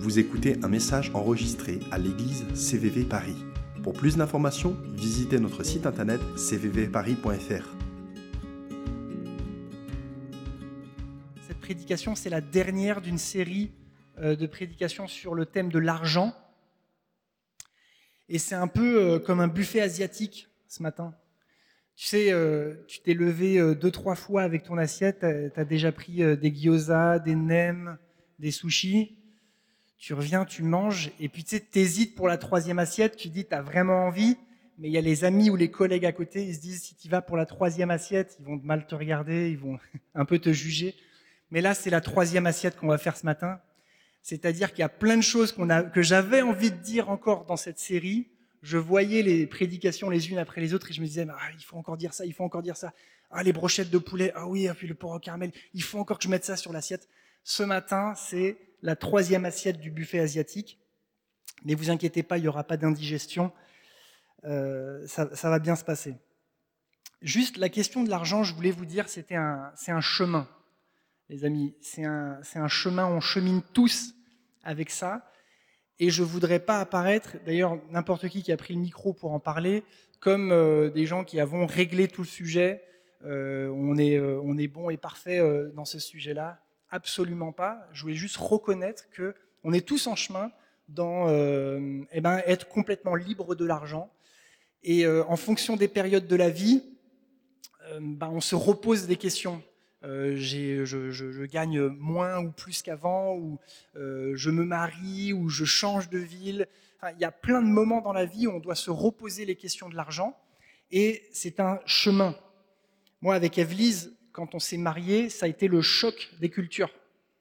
Vous écoutez un message enregistré à l'église CVV Paris. Pour plus d'informations, visitez notre site internet cvvparis.fr. Cette prédication, c'est la dernière d'une série de prédications sur le thème de l'argent. Et c'est un peu comme un buffet asiatique ce matin. Tu sais, tu t'es levé 2-3 fois avec ton assiette, tu as déjà pris des gyoza, des nems, des sushis. Tu reviens, tu manges, et puis tu sais, t'hésites pour la 3e assiette, tu dis, t'as vraiment envie, mais il y a les amis ou les collègues à côté, ils se disent, si tu vas pour la 3e assiette, ils vont mal te regarder, ils vont un peu te juger. Mais là, c'est la 3e assiette qu'on va faire ce matin. C'est-à-dire qu'il y a plein de choses que j'avais envie de dire encore dans cette série. Je voyais les prédications les unes après les autres et je me disais, il faut encore dire ça, il faut encore dire ça. Ah, les brochettes de poulet, ah oui, et puis le porc au caramel, il faut encore que je mette ça sur l'assiette. Ce matin, c'est la 3e assiette du buffet asiatique. Mais vous inquiétez pas, il n'y aura pas d'indigestion. Ça va bien se passer. Juste la question de l'argent, je voulais vous dire, c'est un chemin. Les amis, c'est un chemin, on chemine tous avec ça. Et je ne voudrais pas apparaître, d'ailleurs n'importe qui a pris le micro pour en parler, comme des gens qui avons réglé tout le sujet, on est bon et parfait dans ce sujet-là. Absolument pas. Je voulais juste reconnaître qu'on est tous en chemin dans être complètement libre de l'argent. Et en fonction des périodes de la vie, on se repose des questions. Je gagne moins ou plus qu'avant, ou je me marie, ou je change de ville. Enfin, il y a plein de moments dans la vie où on doit se reposer les questions de l'argent, et c'est un chemin. Moi, avec Evelyse, quand on s'est mariés, ça a été le choc des cultures.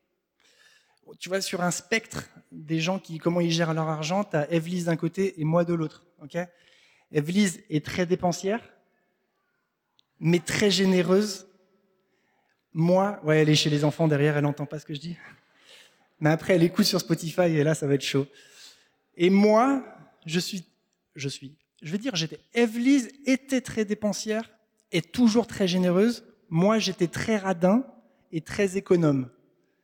Tu vois, sur un spectre des gens comment ils gèrent leur argent, tu as Evelyse d'un côté et moi de l'autre. Okay, Evelyse est très dépensière, mais très généreuse. Moi, elle est chez les enfants derrière, elle n'entend pas ce que je dis. Mais après, elle écoute sur Spotify et là, ça va être chaud. Et moi, Evelyse était très dépensière et toujours très généreuse. Moi, j'étais très radin et très économe. Ok ?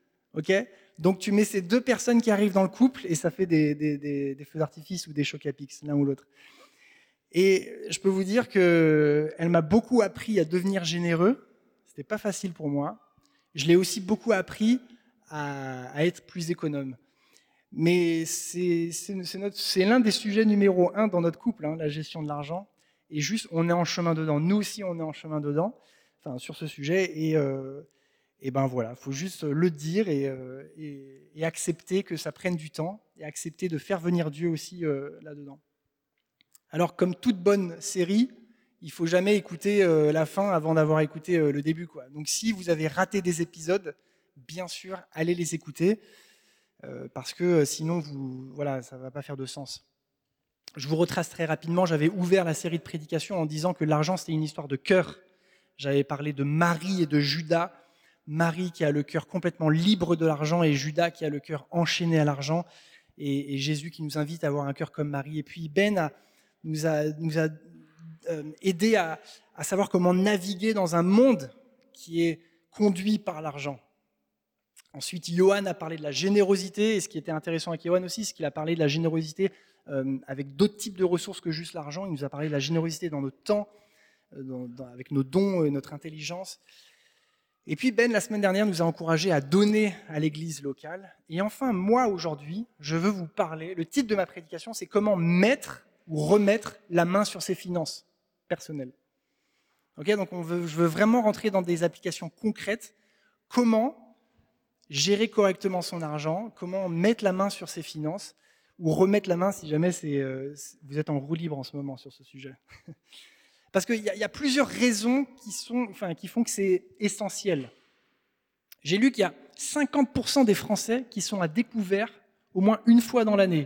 Donc, tu mets ces deux personnes qui arrivent dans le couple et ça fait des feux d'artifice ou des chocs à pics, l'un ou l'autre. Et je peux vous dire qu'elle m'a beaucoup appris à devenir généreux. C'était pas facile pour moi. Je l'ai aussi beaucoup appris à être plus économe. Mais c'est l'un des sujets numéro 1 dans notre couple, la gestion de l'argent. Et juste, on est en chemin dedans. Nous aussi, on est en chemin dedans, sur ce sujet. Et voilà, il faut juste le dire et accepter que ça prenne du temps et accepter de faire venir Dieu aussi là-dedans. Alors, comme toute bonne série, il ne faut jamais écouter la fin avant d'avoir écouté le début, quoi. Donc si vous avez raté des épisodes, bien sûr, allez les écouter, parce que sinon, ça ne va pas faire de sens. Je vous retrace très rapidement, j'avais ouvert la série de prédications en disant que l'argent, c'était une histoire de cœur. J'avais parlé de Marie et de Judas. Marie qui a le cœur complètement libre de l'argent et Judas qui a le cœur enchaîné à l'argent. Et Jésus qui nous invite à avoir un cœur comme Marie. Et puis Ben nous a aider à savoir comment naviguer dans un monde qui est conduit par l'argent. Ensuite, Johan a parlé de la générosité, et ce qui était intéressant avec Johan aussi, c'est qu'il a parlé de la générosité avec d'autres types de ressources que juste l'argent. Il nous a parlé de la générosité dans notre temps, avec nos dons et notre intelligence. Et puis Ben, la semaine dernière, nous a encouragés à donner à l'église locale. Et enfin, moi, aujourd'hui, je veux vous parler, le titre de ma prédication, c'est « Comment mettre ou remettre la main sur ses finances ». Personnel. Okay, donc je veux vraiment rentrer dans des applications concrètes. Comment gérer correctement son argent, comment mettre la main sur ses finances, ou remettre la main si jamais vous êtes en roue libre en ce moment sur ce sujet. Parce qu'il y a plusieurs raisons qui font que c'est essentiel. J'ai lu qu'il y a 50% des Français qui sont à découvert au moins une fois dans l'année.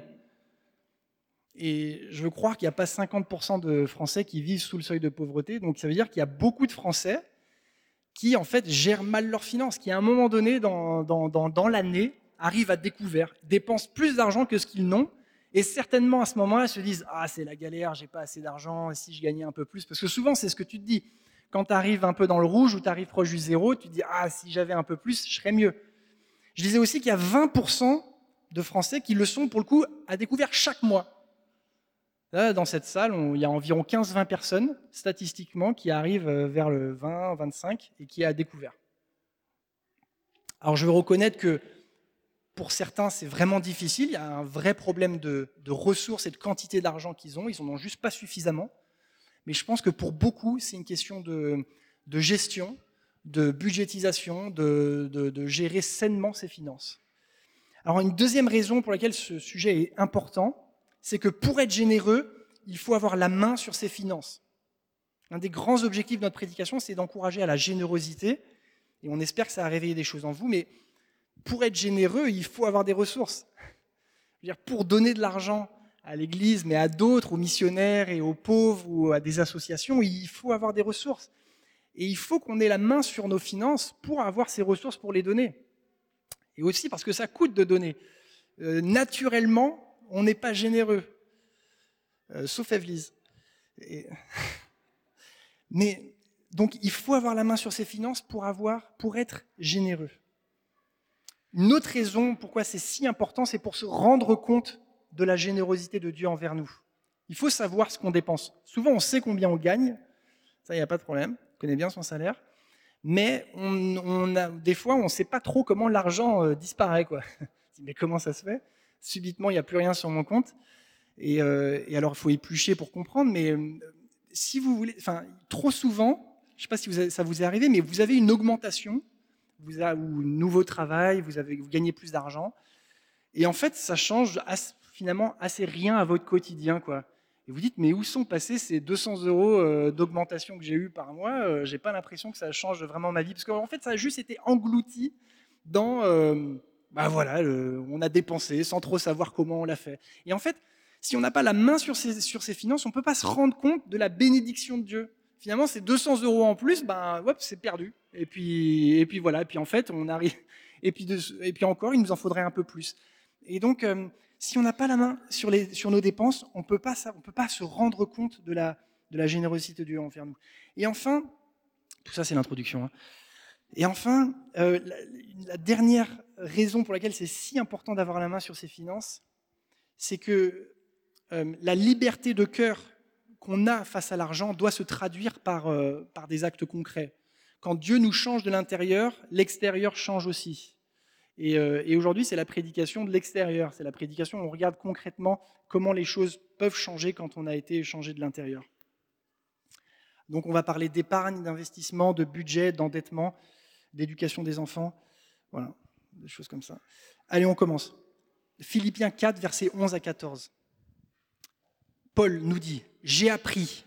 Et je veux croire qu'il n'y a pas 50% de Français qui vivent sous le seuil de pauvreté. Donc ça veut dire qu'il y a beaucoup de Français qui, en fait, gèrent mal leurs finances, qui, à un moment donné, dans l'année, arrivent à découvert, dépensent plus d'argent que ce qu'ils n'ont. Et certainement, à ce moment-là, se disent « Ah, c'est la galère, j'ai pas assez d'argent, et si je gagnais un peu plus ?» Parce que souvent, c'est ce que tu te dis. Quand tu arrives un peu dans le rouge ou tu arrives proche du zéro, tu te dis « Ah, si j'avais un peu plus, je serais mieux. » Je disais aussi qu'il y a 20% de Français qui le sont, pour le coup, à découvert chaque mois. Là, dans cette salle, il y a environ 15-20 personnes, statistiquement, qui arrivent vers le 20-25 et qui est à découvert. Alors, je veux reconnaître que pour certains, c'est vraiment difficile. Il y a un vrai problème de ressources et de quantité d'argent qu'ils ont. Ils n'en ont juste pas suffisamment. Mais je pense que pour beaucoup, c'est une question de gestion, de budgétisation, de gérer sainement ses finances. Alors, une deuxième raison pour laquelle ce sujet est important, c'est que pour être généreux, il faut avoir la main sur ses finances. Un des grands objectifs de notre prédication, c'est d'encourager à la générosité. Et on espère que ça a réveillé des choses en vous. Mais pour être généreux, il faut avoir des ressources. Je veux dire, pour donner de l'argent à l'Église, mais à d'autres, aux missionnaires et aux pauvres ou à des associations, il faut avoir des ressources. Et il faut qu'on ait la main sur nos finances pour avoir ces ressources pour les donner. Et aussi parce que ça coûte de donner. Naturellement, on n'est pas généreux. Sauf Evelyse. Mais donc, il faut avoir la main sur ses finances pour être généreux. Une autre raison pourquoi c'est si important, c'est pour se rendre compte de la générosité de Dieu envers nous. Il faut savoir ce qu'on dépense. Souvent, on sait combien on gagne. Ça, il n'y a pas de problème. On connaît bien son salaire. Mais des fois, on ne sait pas trop comment l'argent disparaît, quoi. Mais comment ça se fait ? Subitement, il n'y a plus rien sur mon compte. Et alors, il faut éplucher pour comprendre. Mais si vous voulez, trop souvent, je ne sais pas si ça vous est arrivé, mais vous avez une augmentation, ou un nouveau travail, vous gagnez plus d'argent. Et en fait, ça change finalement assez rien à votre quotidien, quoi. Et vous dites, mais où sont passés ces 200 € d'augmentation que j'ai eu par mois ? J'ai pas l'impression que ça change vraiment ma vie. Parce qu'en fait, ça a juste été englouti dans... on a dépensé sans trop savoir comment on l'a fait. Et en fait, si on n'a pas la main sur ses finances, on ne peut pas se rendre compte de la bénédiction de Dieu. Finalement, ces 200 € en plus, c'est perdu. Et puis voilà. Et puis en fait, on arrive... Et puis encore, il nous en faudrait un peu plus. Et donc... si on n'a pas la main sur nos dépenses, on ne peut pas se rendre compte de la générosité de Dieu envers nous. Et enfin, tout ça c'est l'introduction. Hein. Et enfin, la dernière raison pour laquelle c'est si important d'avoir la main sur ses finances, c'est que la liberté de cœur qu'on a face à l'argent doit se traduire par des actes concrets. Quand Dieu nous change de l'intérieur, l'extérieur change aussi. Et aujourd'hui, c'est la prédication de l'extérieur. C'est la prédication où on regarde concrètement comment les choses peuvent changer quand on a été changé de l'intérieur. Donc on va parler d'épargne, d'investissement, de budget, d'endettement, d'éducation des enfants. Voilà, des choses comme ça. Allez, on commence. Philippiens 4, versets 11 à 14. Paul nous dit « J'ai appris,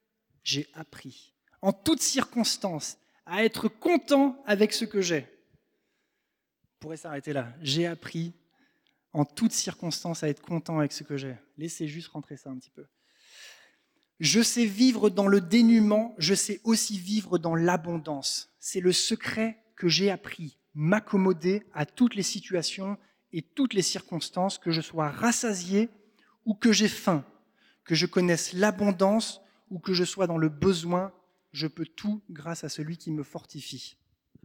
en toutes circonstances, à être content avec ce que j'ai. » On pourrait s'arrêter là. J'ai appris en toutes circonstances à être content avec ce que j'ai. Laissez juste rentrer ça un petit peu. Je sais vivre dans le dénuement, je sais aussi vivre dans l'abondance. C'est le secret que j'ai appris, m'accommoder à toutes les situations et toutes les circonstances, que je sois rassasié ou que j'ai faim, que je connaisse l'abondance ou que je sois dans le besoin, je peux tout grâce à celui qui me fortifie.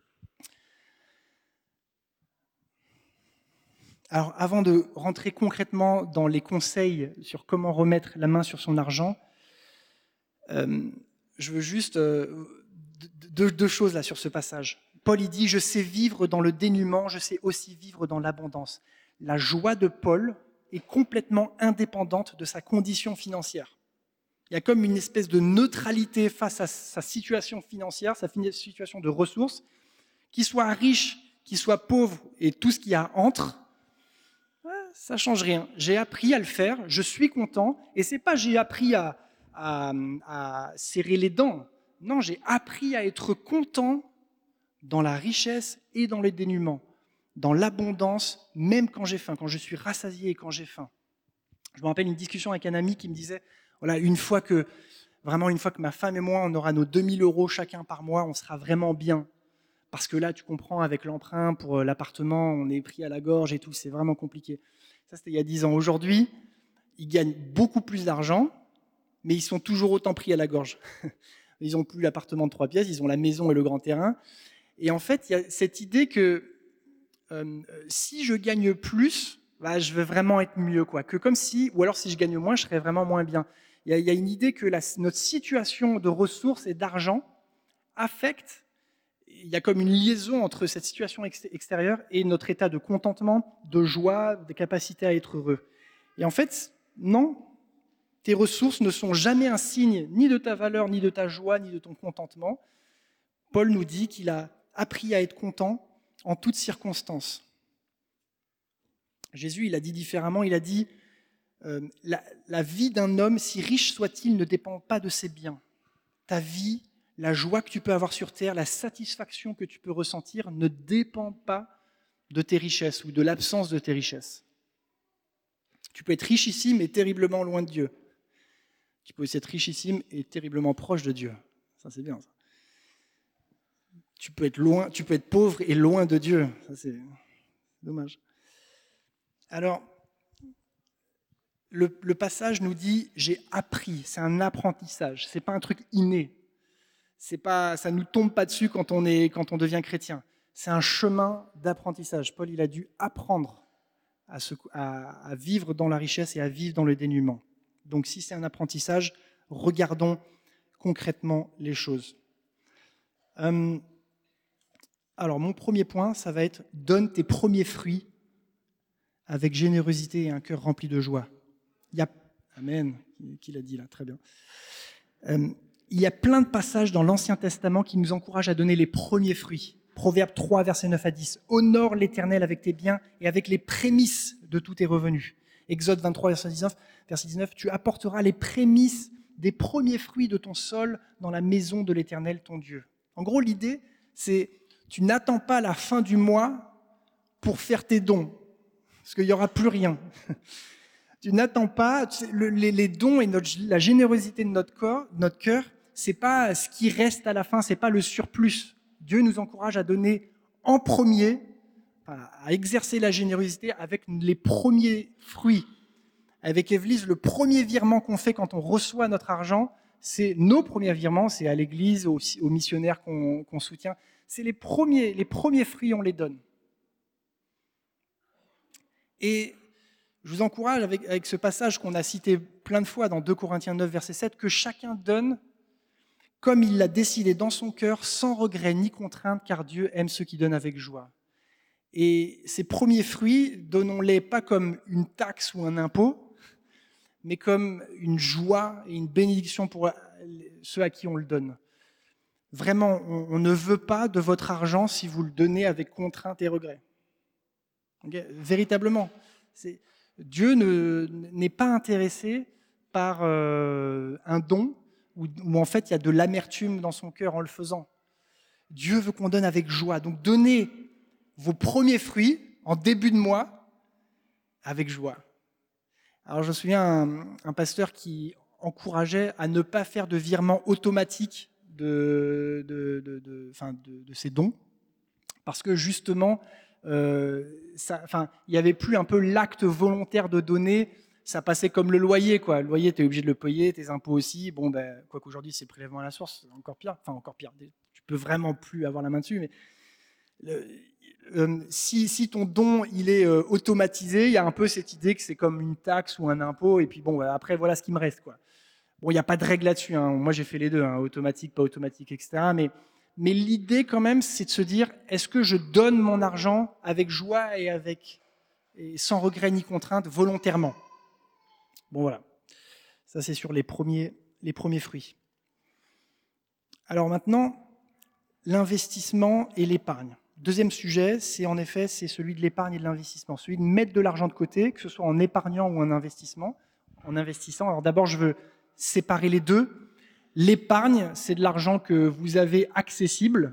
Alors, avant de rentrer concrètement dans les conseils sur comment remettre la main sur son argent, je veux juste deux choses là sur ce passage. Paul, il dit « Je sais vivre dans le dénuement, je sais aussi vivre dans l'abondance ». La joie de Paul est complètement indépendante de sa condition financière. Il y a comme une espèce de neutralité face à sa situation financière, sa situation de ressources, qu'il soit riche, qu'il soit pauvre et tout ce qu'il y a entre. Ça ne change rien. J'ai appris à le faire, je suis content, et ce n'est pas j'ai appris à serrer les dents. Non, j'ai appris à être content dans la richesse et dans le dénuement, dans l'abondance, même quand j'ai faim, quand je suis rassasié et quand j'ai faim. Je me rappelle une discussion avec un ami qui me disait, voilà, une fois que ma femme et moi, on aura nos 2000 € chacun par mois, on sera vraiment bien. Parce que là, tu comprends, avec l'emprunt pour l'appartement, on est pris à la gorge et tout, c'est vraiment compliqué. Ça, c'était il y a 10 ans. Aujourd'hui, ils gagnent beaucoup plus d'argent, mais ils sont toujours autant pris à la gorge. Ils n'ont plus l'appartement de 3 pièces, ils ont la maison et le grand terrain. Et en fait, il y a cette idée que si je gagne plus, bah, je veux vraiment être mieux, quoi. Que comme si, ou alors si je gagne moins, je serais vraiment moins bien. Il y a une idée que notre situation de ressources et d'argent affecte, il y a comme une liaison entre cette situation extérieure et notre état de contentement, de joie, de capacité à être heureux. Et en fait, non, tes ressources ne sont jamais un signe ni de ta valeur, ni de ta joie, ni de ton contentement. Paul nous dit qu'il a appris à être content en toutes circonstances. Jésus, il a dit différemment, il a dit la vie d'un homme, si riche soit-il, ne dépend pas de ses biens. Ta vie, la joie que tu peux avoir sur terre, la satisfaction que tu peux ressentir ne dépend pas de tes richesses ou de l'absence de tes richesses. Tu peux être richissime et terriblement loin de Dieu. Tu peux aussi être richissime et terriblement proche de Dieu. Ça, c'est bien, ça. Tu peux être pauvre et loin de Dieu. Ça, c'est dommage. Alors, le passage nous dit « j'ai appris ». C'est un apprentissage. Ce n'est pas un truc inné. Ça ne nous tombe pas dessus quand on devient chrétien. C'est un chemin d'apprentissage. Paul, il a dû apprendre à vivre dans la richesse et à vivre dans le dénuement. Donc, si c'est un apprentissage, regardons concrètement les choses. Alors, mon premier point, ça va être « donne tes premiers fruits avec générosité et un cœur rempli de joie ». Amen, qui l'a dit là, très bien. Il y a plein de passages dans l'Ancien Testament qui nous encouragent à donner les premiers fruits. Proverbe 3, versets 9 à 10. « Honore l'Éternel avec tes biens et avec les prémices de tous tes revenus. » Exode 23, verset 19. « Tu apporteras les prémices des premiers fruits de ton sol dans la maison de l'Éternel, ton Dieu. » En gros, l'idée, c'est tu n'attends pas la fin du mois pour faire tes dons, parce qu'il n'y aura plus rien. Tu n'attends pas, les dons et la générosité de notre cœur, ce n'est pas ce qui reste à la fin, ce n'est pas le surplus. Dieu nous encourage à donner en premier, à exercer la générosité avec les premiers fruits. Avec Église, le premier virement qu'on fait quand on reçoit notre argent, c'est nos premiers virements, c'est à l'Église, aux missionnaires qu'on soutient. C'est les premiers fruits, on les donne. Et je vous encourage, avec ce passage qu'on a cité plein de fois dans 2 Corinthiens 9, verset 7, que chacun donne comme il l'a décidé dans son cœur, sans regret ni contrainte, car Dieu aime ceux qui donnent avec joie. Et ces premiers fruits, donnons-les pas comme une taxe ou un impôt, mais comme une joie et une bénédiction pour ceux à qui on le donne. Vraiment, on ne veut pas de votre argent si vous le donnez avec contrainte et regret. Okay ? Véritablement. Dieu n'est pas intéressé par un don où en fait il y a de l'amertume dans son cœur en le faisant. Dieu veut qu'on donne avec joie. Donc donnez vos premiers fruits en début de mois avec joie. Alors je me souviens un pasteur qui encourageait à ne pas faire de virement automatique de ses dons, parce que justement, il n'y avait plus un peu l'acte volontaire de donner, ça passait comme le loyer, quoi. Le loyer, tu es obligé de le payer, tes impôts aussi. Bon, quoi qu'aujourd'hui, c'est prélèvement à la source, encore pire. Tu peux vraiment plus avoir la main dessus, mais si ton don il est automatisé, il y a un peu cette idée que c'est comme une taxe ou un impôt, et puis bon, après, voilà ce qui me reste, quoi. Bon, il n'y a pas de règle là-dessus, hein. Moi, j'ai fait les deux, hein, automatique, pas automatique, etc. Mais l'idée, quand même, c'est de se dire, est-ce que je donne mon argent avec joie et sans regret ni contrainte, volontairement ? Bon, voilà. Ça, c'est sur les premiers fruits. Alors maintenant, l'investissement et l'épargne. Deuxième sujet, c'est celui de l'épargne et de l'investissement. Celui de mettre de l'argent de côté, que ce soit en épargnant ou en investissant. Alors d'abord, je veux séparer les deux. L'épargne, c'est de l'argent que vous avez accessible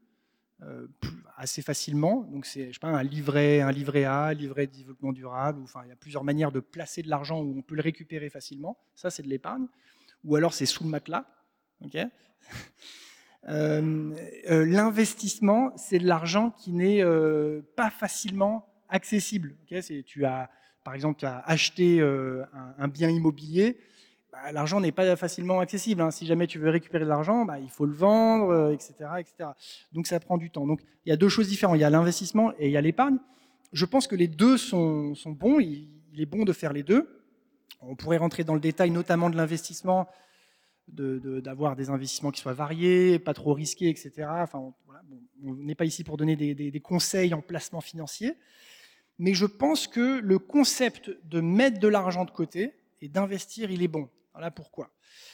assez facilement. Donc c'est, un livret A, un livret de développement durable. Il y a plusieurs manières de placer de l'argent où on peut le récupérer facilement. Ça, c'est de l'épargne. Ou alors c'est sous le matelas. Okay. L'investissement, c'est de l'argent qui n'est pas facilement accessible. Okay. Par exemple, tu as acheté un bien immobilier. L'argent n'est pas facilement accessible. Hein. Si jamais tu veux récupérer de l'argent, il faut le vendre, etc., etc. Donc ça prend du temps. Donc il y a deux choses différentes. Il y a l'investissement et il y a l'épargne. je pense que les deux sont bons, il est bon de faire les deux. On pourrait rentrer dans le détail, notamment de l'investissement, d'avoir des investissements qui soient variés, pas trop risqués, etc. Enfin, voilà, bon, on n'est pas ici pour donner des conseils en placement financier, mais je pense que le concept de mettre de l'argent de côté et d'investir, il est bon. Voilà pourquoi.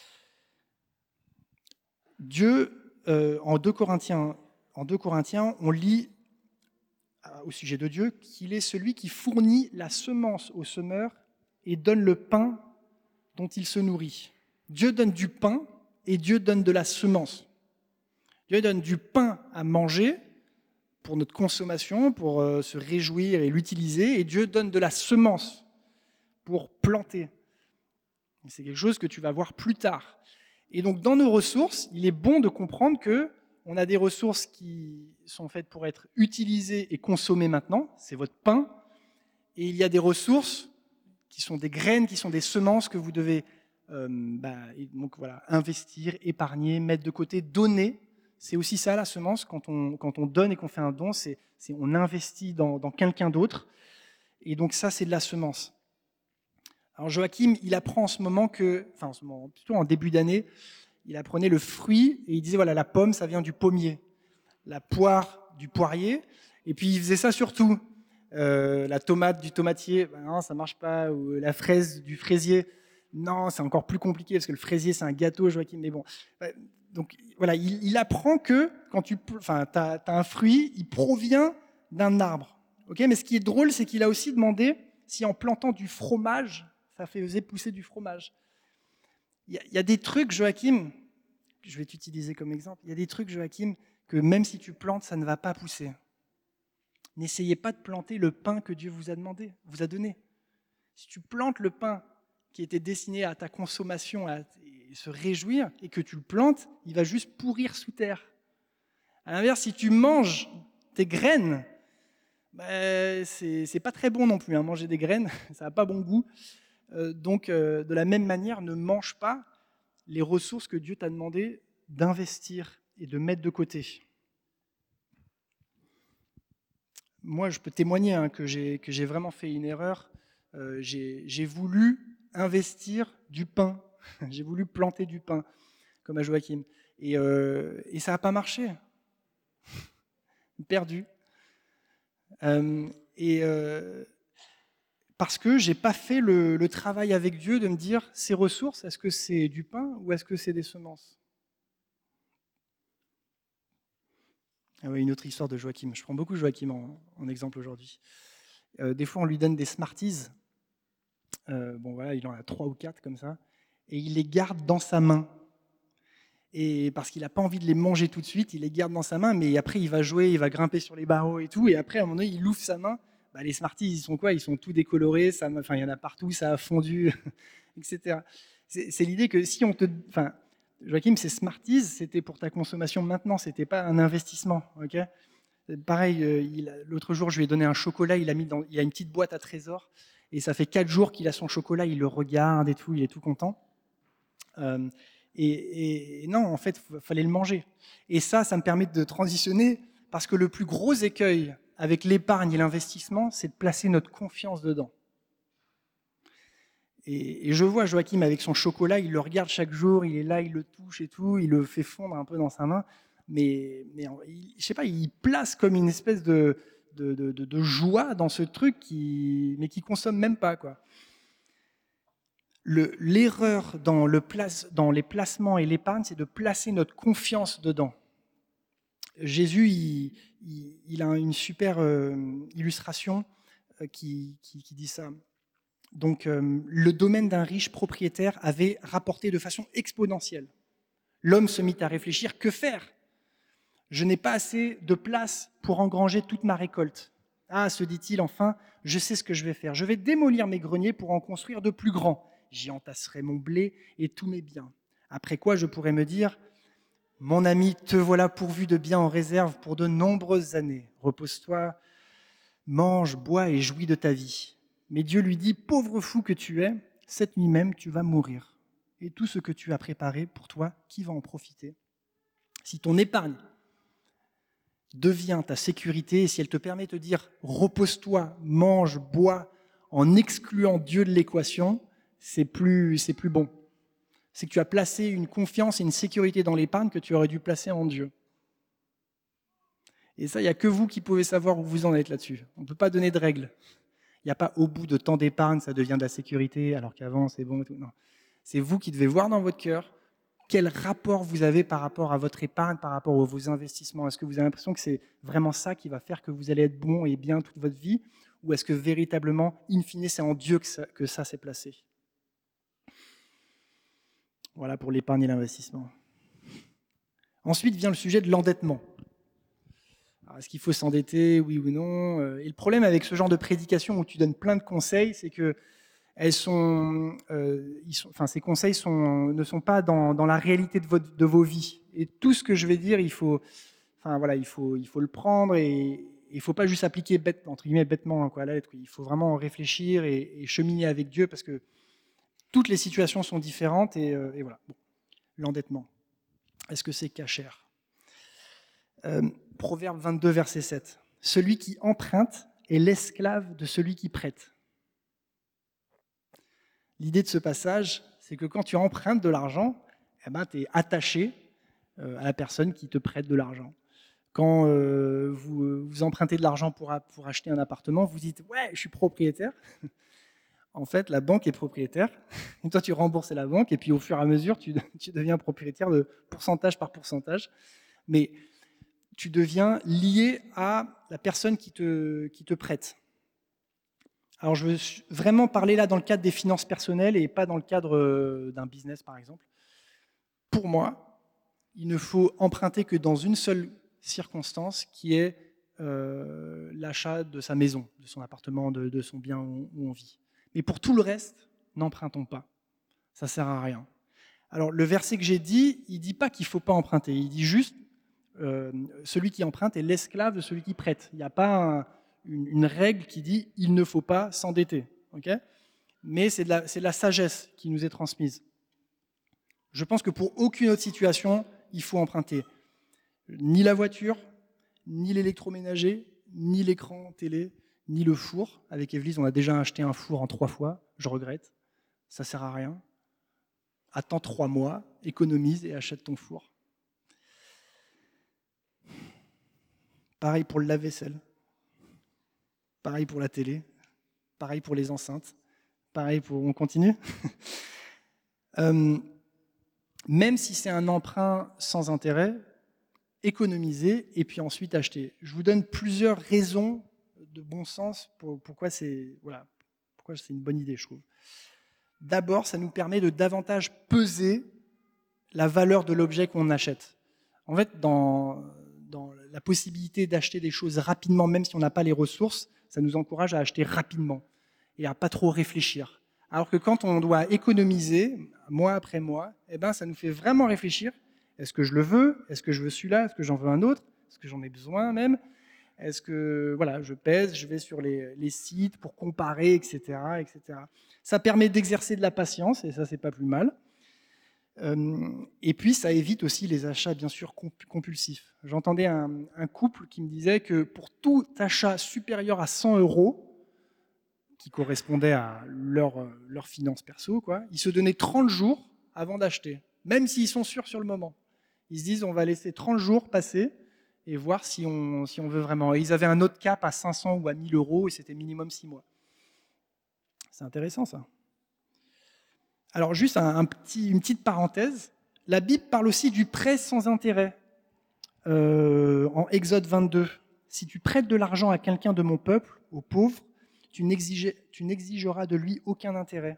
Dieu, en 2 Corinthiens, on lit au sujet de Dieu qu'il est celui qui fournit la semence au semeur et donne le pain dont il se nourrit. Dieu donne du pain et Dieu donne de la semence. Dieu donne du pain à manger pour notre consommation, pour se réjouir et l'utiliser, et Dieu donne de la semence pour planter. C'est quelque chose que tu vas voir plus tard. Et donc, dans nos ressources, il est bon de comprendre qu'on a des ressources qui sont faites pour être utilisées et consommées maintenant, c'est votre pain, et il y a des ressources qui sont des graines, qui sont des semences que vous devez donc voilà, investir, épargner, mettre de côté, donner. C'est aussi ça la semence, quand on donne et qu'on fait un don, c'est on investit dans quelqu'un d'autre. Et donc ça, c'est de la semence. Alors Joachim, il apprend en ce moment plutôt en début d'année, il apprenait le fruit et il disait voilà, la pomme, ça vient du pommier, la poire du poirier, et puis il faisait ça surtout. La tomate du tomatier, non, ça marche pas, ou la fraise du fraisier, non, c'est encore plus compliqué parce que le fraisier, c'est un gâteau, Joachim, mais bon. Donc voilà, il apprend que quand tu as un fruit, il provient d'un arbre. Okay, mais ce qui est drôle, c'est qu'il a aussi demandé si en plantant du fromage, ça faisait pousser du fromage. Il y a des trucs, Joachim, je vais t'utiliser comme exemple, il y a des trucs, Joachim, que même si tu plantes, ça ne va pas pousser. N'essayez pas de planter le pain que Dieu vous a donné. Si tu plantes le pain qui était destiné à ta consommation, à se réjouir, et que tu le plantes, il va juste pourrir sous terre. À l'inverse, si tu manges tes graines, c'est pas très bon non plus, hein, manger des graines, ça n'a pas bon goût. Donc, de la même manière, ne mange pas les ressources que Dieu t'a demandé d'investir et de mettre de côté. Moi, je peux témoigner que j'ai vraiment fait une erreur. J'ai voulu investir du pain. J'ai voulu planter du pain, comme à Joachim. Et ça n'a pas marché. Perdu. Parce que je n'ai pas fait le travail avec Dieu de me dire, ces ressources, est-ce que c'est du pain ou est-ce que c'est des semences ? Ah oui, une autre histoire de Joachim. Je prends beaucoup Joachim en exemple aujourd'hui. Des fois, on lui donne des Smarties. Voilà, il en a 3 ou 4 comme ça. Et il les garde dans sa main. Et parce qu'il n'a pas envie de les manger tout de suite, il les garde dans sa main, mais après, il va jouer, il va grimper sur les barreaux et tout. Et après, à un moment donné, il ouvre sa main. Les Smarties, ils sont quoi ? Ils sont tout décolorés, il y en a partout, ça a fondu, etc. C'est l'idée que si on te... Joachim, ces Smarties, c'était pour ta consommation maintenant, c'était pas un investissement. Okay, pareil, l'autre jour, je lui ai donné un chocolat, il a une petite boîte à trésor, et ça fait 4 jours qu'il a son chocolat, il le regarde et tout, il est tout content. Et non, en fait, il fallait le manger. Et ça me permet de transitionner, parce que le plus gros écueil avec l'épargne et l'investissement, c'est de placer notre confiance dedans. Et je vois Joachim avec son chocolat, il le regarde chaque jour, il est là, il le touche et tout, il le fait fondre un peu dans sa main, mais je sais pas, il place comme une espèce de joie dans ce truc mais qui consomme même pas, quoi. L'erreur dans les placements et l'épargne, c'est de placer notre confiance dedans. Jésus, il a une super illustration qui dit ça. Donc, le domaine d'un riche propriétaire avait rapporté de façon exponentielle. L'homme se mit à réfléchir, que faire ? Je n'ai pas assez de place pour engranger toute ma récolte. Ah, se dit-il enfin, je sais ce que je vais faire. Je vais démolir mes greniers pour en construire de plus grands. J'y entasserai mon blé et tous mes biens. Après quoi, je pourrais me dire, mon ami, te voilà pourvu de biens en réserve pour de nombreuses années. Repose-toi, mange, bois et jouis de ta vie. Mais Dieu lui dit, pauvre fou que tu es, cette nuit même tu vas mourir. Et tout ce que tu as préparé pour toi, qui va en profiter ? Si ton épargne devient ta sécurité, et si elle te permet de te dire « repose-toi, mange, bois », en excluant Dieu de l'équation, c'est plus bon. C'est que tu as placé une confiance et une sécurité dans l'épargne que tu aurais dû placer en Dieu. Et ça, il n'y a que vous qui pouvez savoir où vous en êtes là-dessus. On ne peut pas donner de règles. Il n'y a pas au bout de temps d'épargne, ça devient de la sécurité, alors qu'avant, c'est bon et tout. Non. C'est vous qui devez voir dans votre cœur quel rapport vous avez par rapport à votre épargne, par rapport à vos investissements. Est-ce que vous avez l'impression que c'est vraiment ça qui va faire que vous allez être bon et bien toute votre vie? Ou est-ce que véritablement, in fine, c'est en Dieu que ça s'est placé? Voilà pour l'épargne et l'investissement. Ensuite vient le sujet de l'endettement. Alors, est-ce qu'il faut s'endetter, oui ou non? Et le problème avec ce genre de prédication où tu donnes plein de conseils, c'est que ces conseils ne sont pas dans la réalité de vos vies. Et tout ce que je vais dire, il faut le prendre et il ne faut pas juste appliquer entre guillemets bêtement à la lettre. Il faut vraiment réfléchir et cheminer avec Dieu parce que toutes les situations sont différentes et voilà. Bon. L'endettement. Est-ce que c'est cachère? Proverbe 22, verset 7. Celui qui emprunte est l'esclave de celui qui prête. L'idée de ce passage, c'est que quand tu empruntes de l'argent, tu es attaché à la personne qui te prête de l'argent. Quand vous empruntez de l'argent pour acheter un appartement, vous dites « ouais, je suis propriétaire ». En fait, la banque est propriétaire. Et toi, tu rembourses la banque et puis au fur et à mesure, tu deviens propriétaire de pourcentage par pourcentage. Mais tu deviens lié à la personne qui te prête. Alors, je veux vraiment parler là dans le cadre des finances personnelles et pas dans le cadre d'un business, par exemple. Pour moi, il ne faut emprunter que dans une seule circonstance, qui est l'achat de sa maison, de son appartement, de son bien où on vit. Mais pour tout le reste, n'empruntons pas. Ça ne sert à rien. Alors, le verset que j'ai dit, il ne dit pas qu'il ne faut pas emprunter. Il dit juste celui qui emprunte est l'esclave de celui qui prête. Il n'y a pas une règle qui dit il ne faut pas s'endetter. Okay, mais c'est de la sagesse qui nous est transmise. Je pense que pour aucune autre situation, il faut emprunter. Ni la voiture, ni l'électroménager, ni l'écran télé, ni le four. Avec Evelise, on a déjà acheté un four en 3 fois. Je regrette. Ça ne sert à rien. Attends 3 mois, économise et achète ton four. Pareil pour le lave-vaisselle. Pareil pour la télé. Pareil pour les enceintes. Pareil pour... On continue. Même si c'est un emprunt sans intérêt, économiser et puis ensuite acheter. Je vous donne plusieurs raisons de bon sens pourquoi c'est une bonne idée, je trouve. D'abord, ça nous permet de davantage peser la valeur de l'objet qu'on achète. En fait, dans la possibilité d'acheter des choses rapidement, même si on n'a pas les ressources, ça nous encourage à acheter rapidement et à pas trop réfléchir. Alors que quand on doit économiser, mois après mois, ça nous fait vraiment réfléchir. Est-ce que je le veux? Est-ce que je veux celui-là? Est-ce que j'en veux un autre? Est-ce que j'en ai besoin même? Est-ce que je pèse, je vais sur les sites pour comparer, etc., etc. Ça permet d'exercer de la patience, et ça, c'est pas plus mal. Et puis, ça évite aussi les achats, bien sûr, compulsifs. J'entendais un couple qui me disait que pour tout achat supérieur à 100 €, qui correspondait à leur finance perso, ils se donnaient 30 jours avant d'acheter, même s'ils sont sûrs sur le moment. Ils se disent, on va laisser 30 jours passer et voir si on veut vraiment. Et ils avaient un autre cap à 500 ou à 1000 € et c'était minimum 6 mois. C'est intéressant, ça. Alors, juste une petite parenthèse. La Bible parle aussi du prêt sans intérêt. En Exode 22, si tu prêtes de l'argent à quelqu'un de mon peuple, aux pauvres, tu n'exigeras de lui aucun intérêt.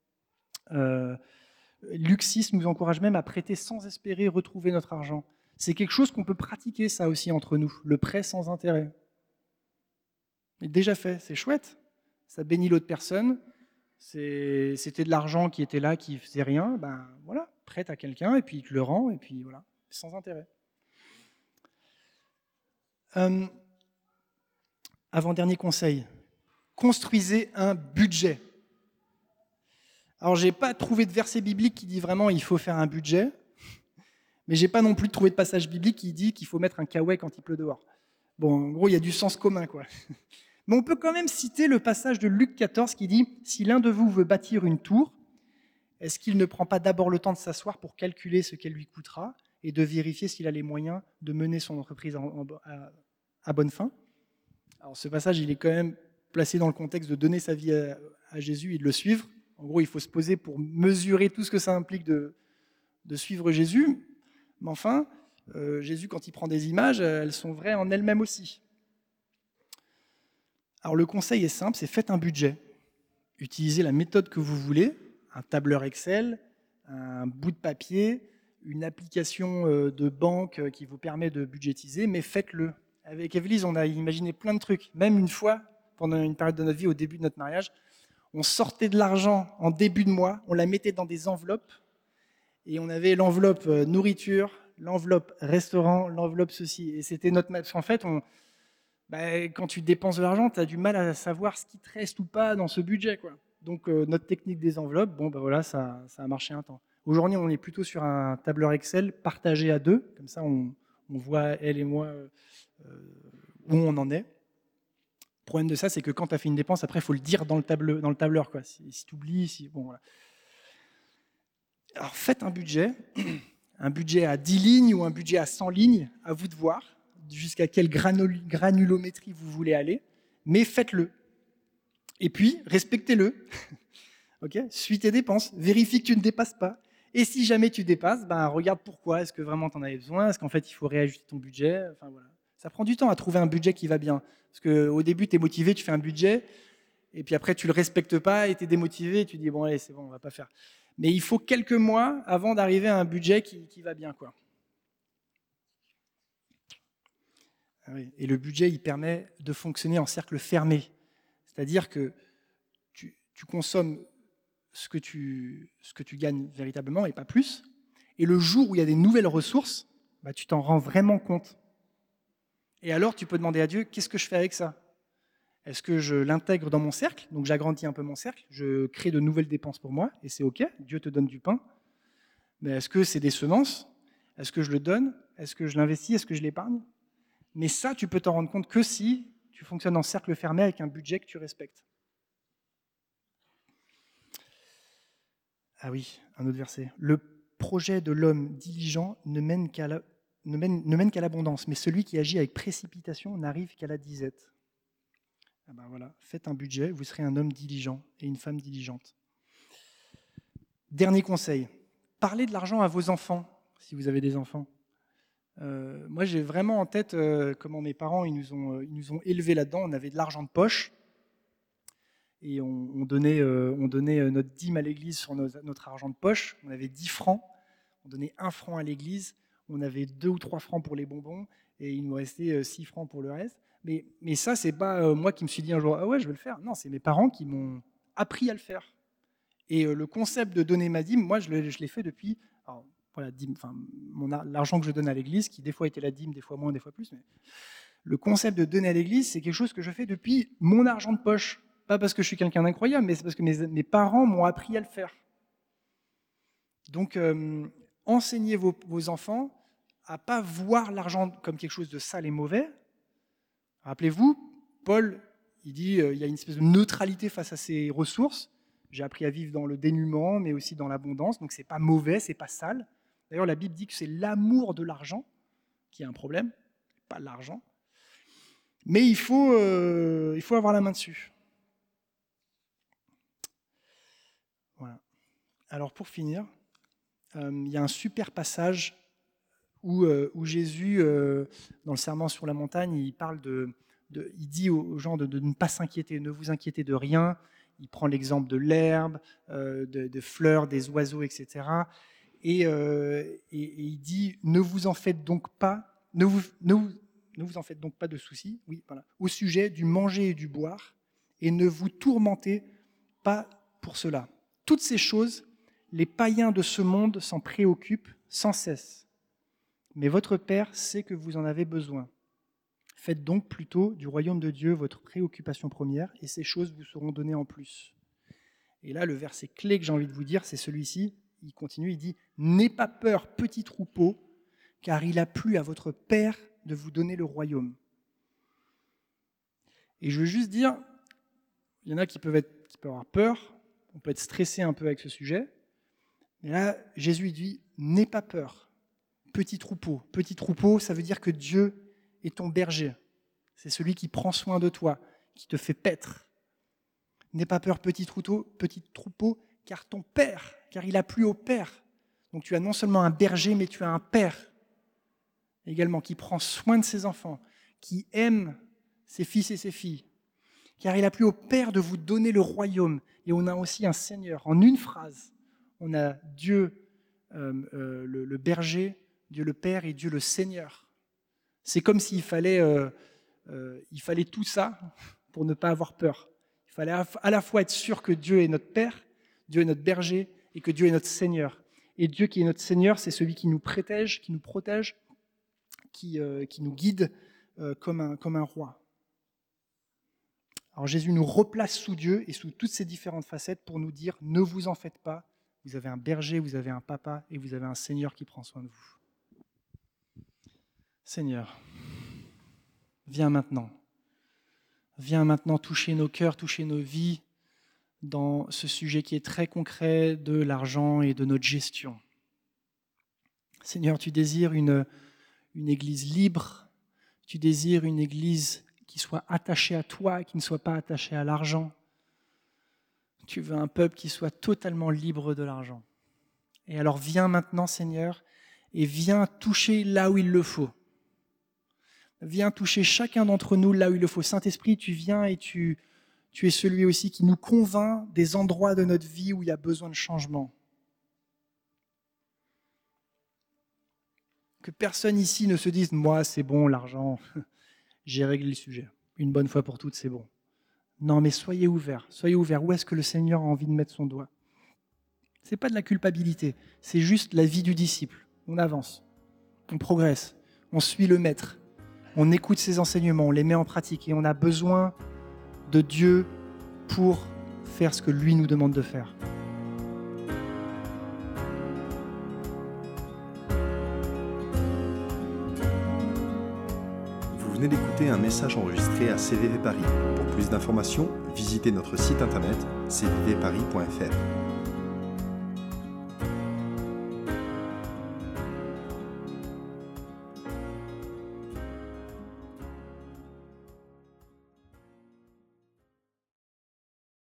Luc 6 nous encourage même à prêter sans espérer retrouver notre argent. C'est quelque chose qu'on peut pratiquer, ça aussi, entre nous, le prêt sans intérêt. Mais déjà fait, c'est chouette. Ça bénit l'autre personne. C'était de l'argent qui était là, qui ne faisait rien. Prête à quelqu'un, et puis il te le rend, et puis voilà, sans intérêt. Avant-dernier conseil. Construisez un budget. Alors, je n'ai pas trouvé de verset biblique qui dit vraiment il faut faire un budget, mais je n'ai pas non plus trouvé de passage biblique qui dit qu'il faut mettre un caouet quand il pleut dehors. Bon, en gros, il y a du sens commun, quoi. Mais on peut quand même citer le passage de Luc 14 qui dit « Si l'un de vous veut bâtir une tour, est-ce qu'il ne prend pas d'abord le temps de s'asseoir pour calculer ce qu'elle lui coûtera et de vérifier s'il a les moyens de mener son entreprise à bonne fin ?» Alors ce passage, il est quand même placé dans le contexte de donner sa vie à Jésus et de le suivre. En gros, il faut se poser pour mesurer tout ce que ça implique de suivre Jésus. Mais enfin, Jésus, quand il prend des images, elles sont vraies en elles-mêmes aussi. Alors le conseil est simple, c'est faites un budget. Utilisez la méthode que vous voulez, un tableur Excel, un bout de papier, une application de banque qui vous permet de budgétiser, mais faites-le. Avec Evelise, on a imaginé plein de trucs. Même une fois, pendant une période de notre vie, au début de notre mariage, on sortait de l'argent en début de mois, on la mettait dans des enveloppes, et on avait l'enveloppe nourriture, l'enveloppe restaurant, l'enveloppe ceci. Et c'était notre... Parce qu'en fait, quand tu dépenses de l'argent, tu as du mal à savoir ce qui te reste ou pas dans ce budget, quoi. Donc notre technique des enveloppes, voilà, ça a marché un temps. Aujourd'hui, on est plutôt sur un tableur Excel partagé à deux. Comme ça, on voit, elle et moi, où on en est. Le problème de ça, c'est que quand tu as fait une dépense, après, il faut le dire dans le tableur, quoi. Si tu oublies, bon, voilà. Alors faites un budget à 10 lignes ou un budget à 100 lignes, à vous de voir jusqu'à quelle granulométrie vous voulez aller, mais faites-le. Et puis, respectez-le. Okay, suis tes dépenses, vérifie que tu ne dépasses pas. Et si jamais tu dépasses, regarde pourquoi. Est-ce que vraiment tu en avais besoin? Est-ce qu'en fait, il faut réajuster ton budget? Enfin, voilà. Ça prend du temps à trouver un budget qui va bien. Parce qu'au début, tu es motivé, tu fais un budget, et puis après, tu ne le respectes pas, et tu es démotivé, et tu dis, bon, allez, c'est bon, on ne va pas faire. Mais il faut quelques mois avant d'arriver à un budget qui va bien, quoi. Ah oui. Et le budget, il permet de fonctionner en cercle fermé. C'est-à-dire que tu consommes ce que tu gagnes véritablement et pas plus. Et le jour où il y a des nouvelles ressources, tu t'en rends vraiment compte. Et alors, tu peux demander à Dieu, qu'est-ce que je fais avec ça? Est-ce que je l'intègre dans mon cercle? Donc j'agrandis un peu mon cercle, je crée de nouvelles dépenses pour moi, et c'est OK, Dieu te donne du pain. Mais est-ce que c'est des semences? Est-ce que je le donne? Est-ce que je l'investis? Est-ce que je l'épargne? Mais ça, tu peux t'en rendre compte que si tu fonctionnes en cercle fermé avec un budget que tu respectes. Ah oui, un autre verset. Le projet de l'homme diligent ne mène qu'à l'abondance, mais celui qui agit avec précipitation n'arrive qu'à la disette. Voilà, faites un budget, vous serez un homme diligent et une femme diligente. Dernier conseil, parlez de l'argent à vos enfants, si vous avez des enfants. Moi, j'ai vraiment en tête comment mes parents ils nous ont élevés là-dedans. On avait de l'argent de poche et on donnait notre dîme à l'église sur notre argent de poche. On avait 10 francs, on donnait 1 franc à l'église, on avait 2 ou 3 francs pour les bonbons et il nous restait 6 francs pour le reste. Mais ça, c'est pas moi qui me suis dit un jour, ah ouais, je vais le faire. Non, c'est mes parents qui m'ont appris à le faire. Et le concept de donner ma dîme, moi, je l'ai fait depuis... Alors, voilà, l'argent que je donne à l'église, qui des fois était la dîme, des fois moins, des fois plus. Mais le concept de donner à l'église, c'est quelque chose que je fais depuis mon argent de poche. Pas parce que je suis quelqu'un d'incroyable, mais c'est parce que mes parents m'ont appris à le faire. Donc, enseignez vos enfants à ne pas voir l'argent comme quelque chose de sale et mauvais. Rappelez-vous, Paul, il dit il y a une espèce de neutralité face à ces ressources. J'ai appris à vivre dans le dénuement, mais aussi dans l'abondance. Donc, ce n'est pas mauvais, ce n'est pas sale. D'ailleurs, la Bible dit que c'est l'amour de l'argent qui est un problème, pas l'argent. Mais il faut avoir la main dessus. Voilà. Alors, pour finir, il y a un super passage où Jésus, dans le Sermon sur la montagne, il parle il dit aux gens de ne pas s'inquiéter, ne vous inquiétez de rien. Il prend l'exemple de l'herbe, de fleurs, des oiseaux, etc. Et il dit ne vous en faites donc pas, ne vous en faites donc pas de soucis, oui, voilà, au sujet du manger et du boire, et ne vous tourmentez pas pour cela. Toutes ces choses, les païens de ce monde s'en préoccupent sans cesse. Mais votre Père sait que vous en avez besoin. Faites donc plutôt du royaume de Dieu votre préoccupation première, et ces choses vous seront données en plus. Et là, le verset clé que j'ai envie de vous dire, c'est celui-ci. Il continue, il dit « N'aie pas peur, petit troupeau, car il a plu à votre Père de vous donner le royaume. Et je veux juste dire, il y en a qui peuvent avoir peur, on peut être stressé un peu avec ce sujet. Mais là, Jésus dit, n'aie pas peur. Petit troupeau. Petit troupeau, ça veut dire que Dieu est ton berger. C'est celui qui prend soin de toi, qui te fait paître. N'aie pas peur, petit troupeau, car il a plu au Père. Donc tu as non seulement un berger, mais tu as un Père également, qui prend soin de ses enfants, qui aime ses fils et ses filles. Car il a plu au Père de vous donner le royaume. Et on a aussi un Seigneur. En une phrase, on a Dieu, le berger, Dieu le Père et Dieu le Seigneur. C'est comme s'il fallait, tout ça pour ne pas avoir peur. Il fallait à la fois être sûr que Dieu est notre Père, Dieu est notre berger et que Dieu est notre Seigneur. Et Dieu qui est notre Seigneur, c'est celui qui nous protège, qui nous guide comme un roi. Alors Jésus nous replace sous Dieu et sous toutes ces différentes facettes pour nous dire « Ne vous en faites pas, vous avez un berger, vous avez un papa et vous avez un Seigneur qui prend soin de vous. » Seigneur, viens maintenant. Viens maintenant toucher nos cœurs, toucher nos vies dans ce sujet qui est très concret de l'argent et de notre gestion. Seigneur, tu désires une église libre, tu désires une église qui soit attachée à toi, qui ne soit pas attachée à l'argent. Tu veux un peuple qui soit totalement libre de l'argent. Et alors viens maintenant, Seigneur, et viens toucher là où il le faut. Viens toucher chacun d'entre nous là où il le faut. Saint-Esprit, tu viens et tu es celui aussi qui nous convainc des endroits de notre vie où il y a besoin de changement. Que personne ici ne se dise « Moi, c'est bon, l'argent, j'ai réglé le sujet. Une bonne fois pour toutes, c'est bon. » Non, mais soyez ouverts. Soyez ouverts. Où est-ce que le Seigneur a envie de mettre son doigt ? Ce n'est pas de la culpabilité, c'est juste la vie du disciple. On avance, on progresse, on suit le Maître, on écoute ses enseignements, on les met en pratique et on a besoin de Dieu pour faire ce que lui nous demande de faire. Vous venez d'écouter un message enregistré à CVV Paris. Pour plus d'informations, visitez notre site internet cvvparis.fr.